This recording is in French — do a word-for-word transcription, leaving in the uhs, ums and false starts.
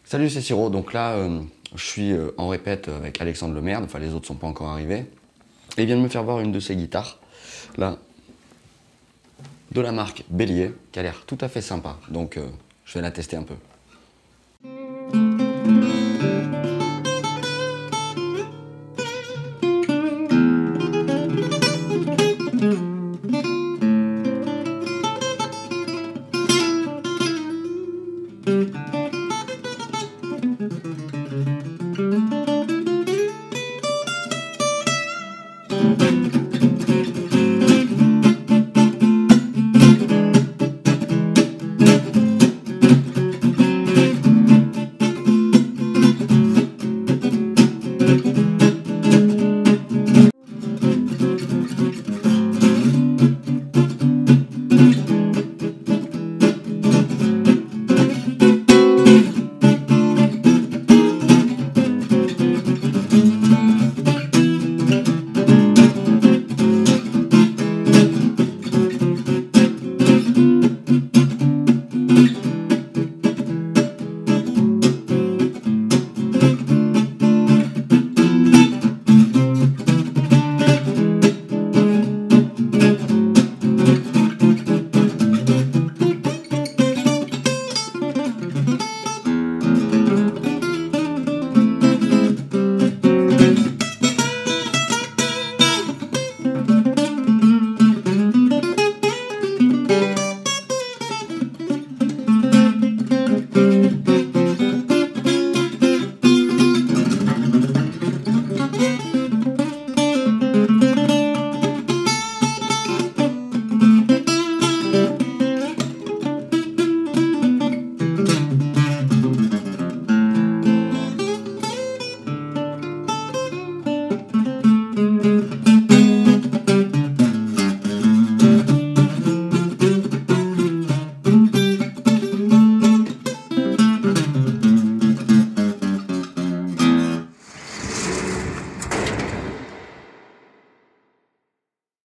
Salut, c'est Siro. Donc là, euh, je suis euh, en répète avec Alexandre Lemerde. Enfin, les autres sont pas encore arrivés. Et il vient de me faire voir une de ses guitares. Là, de la marque Bélier, qui a l'air tout à fait sympa. Donc, euh, je vais la tester un peu.